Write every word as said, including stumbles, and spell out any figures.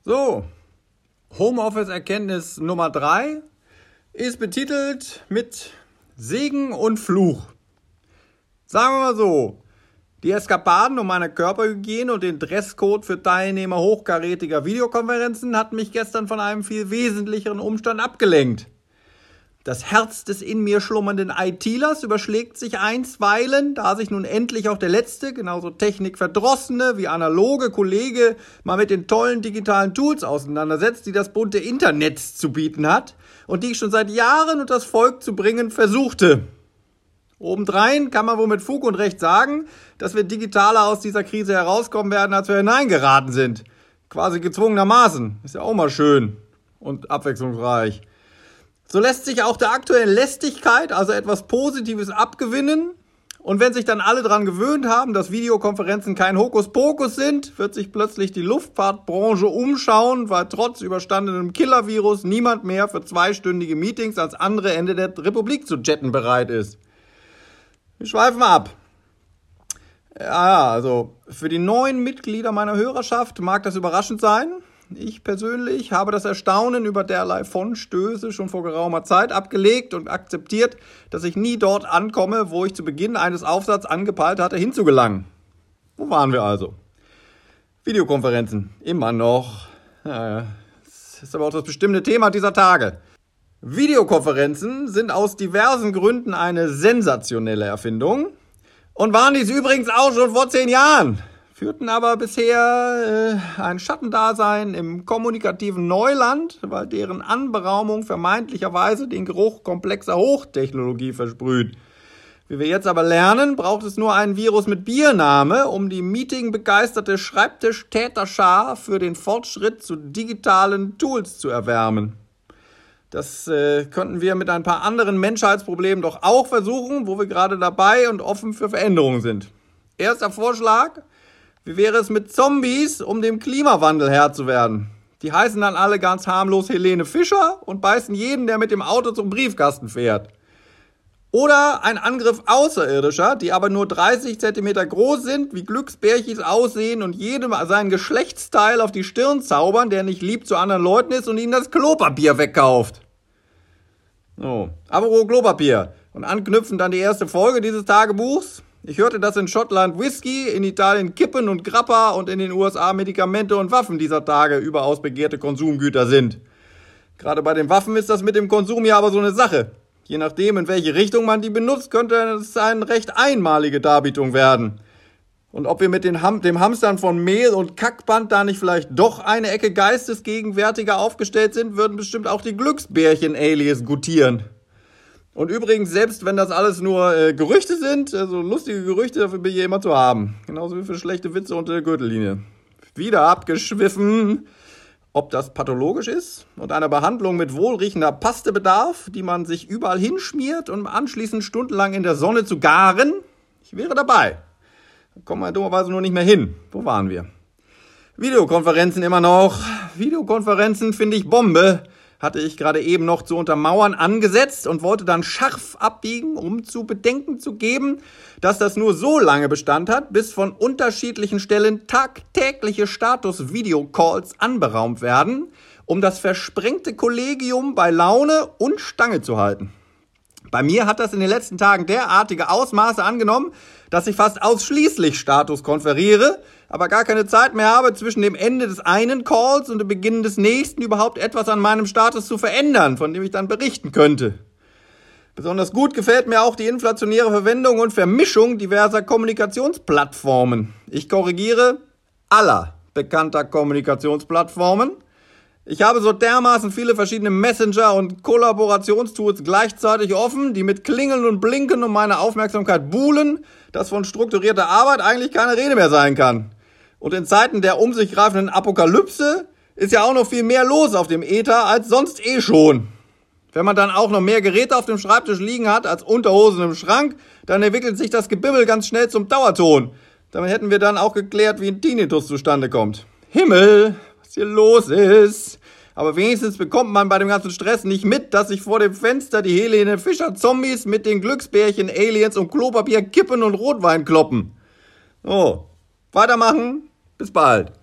So, Homeoffice-Erkenntnis Nummer drei ist betitelt mit Segen und Fluch. Sagen wir mal so, die Eskapaden um meine Körperhygiene und den Dresscode für Teilnehmer hochkarätiger Videokonferenzen hatten mich gestern von einem viel wesentlicheren Umstand abgelenkt. Das Herz des in mir schlummernden ITlers überschlägt sich einstweilen, da sich nun endlich auch der letzte, genauso technikverdrossene wie analoge Kollege mal mit den tollen digitalen Tools auseinandersetzt, die das bunte Internet zu bieten hat und die ich schon seit Jahren unter das Volk zu bringen versuchte. Obendrein kann man wohl mit Fug und Recht sagen, dass wir digitaler aus dieser Krise herauskommen werden, als wir hineingeraten sind. Quasi gezwungenermaßen. Ist ja auch mal schön und abwechslungsreich. So lässt sich auch der aktuellen Lästigkeit, also etwas Positives, abgewinnen. Und wenn sich dann alle daran gewöhnt haben, dass Videokonferenzen kein Hokuspokus sind, wird sich plötzlich die Luftfahrtbranche umschauen, weil trotz überstandenem Killer-Virus niemand mehr für zweistündige Meetings ans andere Ende der Republik zu jetten bereit ist. Wir schweifen mal ab. Ja, also für die neuen Mitglieder meiner Hörerschaft mag das überraschend sein. Ich persönlich habe das Erstaunen über derlei Vonstöße schon vor geraumer Zeit abgelegt und akzeptiert, dass ich nie dort ankomme, wo ich zu Beginn eines Aufsatzes angepeilt hatte, hinzugelangen. Wo waren wir also? Videokonferenzen, immer noch. Ja, das ist aber auch das bestimmte Thema dieser Tage. Videokonferenzen sind aus diversen Gründen eine sensationelle Erfindung und waren dies übrigens auch schon vor zehn Jahren. Führten aber bisher äh, ein Schattendasein im kommunikativen Neuland, weil deren Anberaumung vermeintlicherweise den Geruch komplexer Hochtechnologie versprüht. Wie wir jetzt aber lernen, braucht es nur einen Virus mit Biername, um die meetingbegeisterte Schreibtisch-Täterschar für den Fortschritt zu digitalen Tools zu erwärmen. Das äh, könnten wir mit ein paar anderen Menschheitsproblemen doch auch versuchen, wo wir gerade dabei und offen für Veränderungen sind. Erster Vorschlag: Wie wäre es mit Zombies, um dem Klimawandel Herr zu werden? Die heißen dann alle ganz harmlos Helene Fischer und beißen jeden, der mit dem Auto zum Briefkasten fährt. Oder ein Angriff Außerirdischer, die aber nur dreißig Zentimeter groß sind, wie Glücksbärchis aussehen und jedem seinen Geschlechtsteil auf die Stirn zaubern, der nicht lieb zu anderen Leuten ist und ihnen das Klopapier wegkauft. So, apropos Klopapier. Und anknüpfend an die erste Folge dieses Tagebuchs. Ich hörte, dass in Schottland Whisky, in Italien Kippen und Grappa und in den U S A Medikamente und Waffen dieser Tage überaus begehrte Konsumgüter sind. Gerade bei den Waffen ist das mit dem Konsum ja aber so eine Sache. Je nachdem, in welche Richtung man die benutzt, könnte es eine recht einmalige Darbietung werden. Und ob wir mit den Ham- dem Hamstern von Mehl und Kackband da nicht vielleicht doch eine Ecke geistesgegenwärtiger aufgestellt sind, würden bestimmt auch die Glücksbärchen-Aliens gutieren. Und übrigens, selbst wenn das alles nur äh, Gerüchte sind, also lustige Gerüchte, dafür bin ich immer zu haben. Genauso wie für schlechte Witze unter der Gürtellinie. Wieder abgeschwiffen. Ob das pathologisch ist und einer Behandlung mit wohlriechender Paste bedarf, die man sich überall hinschmiert, um anschließend stundenlang in der Sonne zu garen? Ich wäre dabei. Da kommen wir dummerweise nur nicht mehr hin. Wo waren wir? Videokonferenzen immer noch. Videokonferenzen finde ich Bombe. Hatte ich gerade eben noch zu untermauern angesetzt und wollte dann scharf abbiegen, um zu bedenken zu geben, dass das nur so lange Bestand hat, bis von unterschiedlichen Stellen tagtägliche Status-Video-Calls anberaumt werden, um das versprengte Kollegium bei Laune und Stange zu halten. Bei mir hat das in den letzten Tagen derartige Ausmaße angenommen, dass ich fast ausschließlich Status konferiere, aber gar keine Zeit mehr habe, zwischen dem Ende des einen Calls und dem Beginn des nächsten überhaupt etwas an meinem Status zu verändern, von dem ich dann berichten könnte. Besonders gut gefällt mir auch die inflationäre Verwendung und Vermischung diverser Kommunikationsplattformen. Ich korrigiere, aller bekannter Kommunikationsplattformen. Ich habe so dermaßen viele verschiedene Messenger und Kollaborationstools gleichzeitig offen, die mit Klingeln und Blinken um meine Aufmerksamkeit buhlen, dass von strukturierter Arbeit eigentlich keine Rede mehr sein kann. Und in Zeiten der um sich greifenden Apokalypse ist ja auch noch viel mehr los auf dem Äther als sonst eh schon. Wenn man dann auch noch mehr Geräte auf dem Schreibtisch liegen hat als Unterhosen im Schrank, dann entwickelt sich das Gebibbel ganz schnell zum Dauerton. Damit hätten wir dann auch geklärt, wie ein Tinnitus zustande kommt. Himmel, was hier los ist. Aber wenigstens bekommt man bei dem ganzen Stress nicht mit, dass sich vor dem Fenster die Helene Fischer Zombies mit den Glücksbärchen Aliens um Klopapier kippen und Rotwein kloppen. So, weitermachen. Bis bald.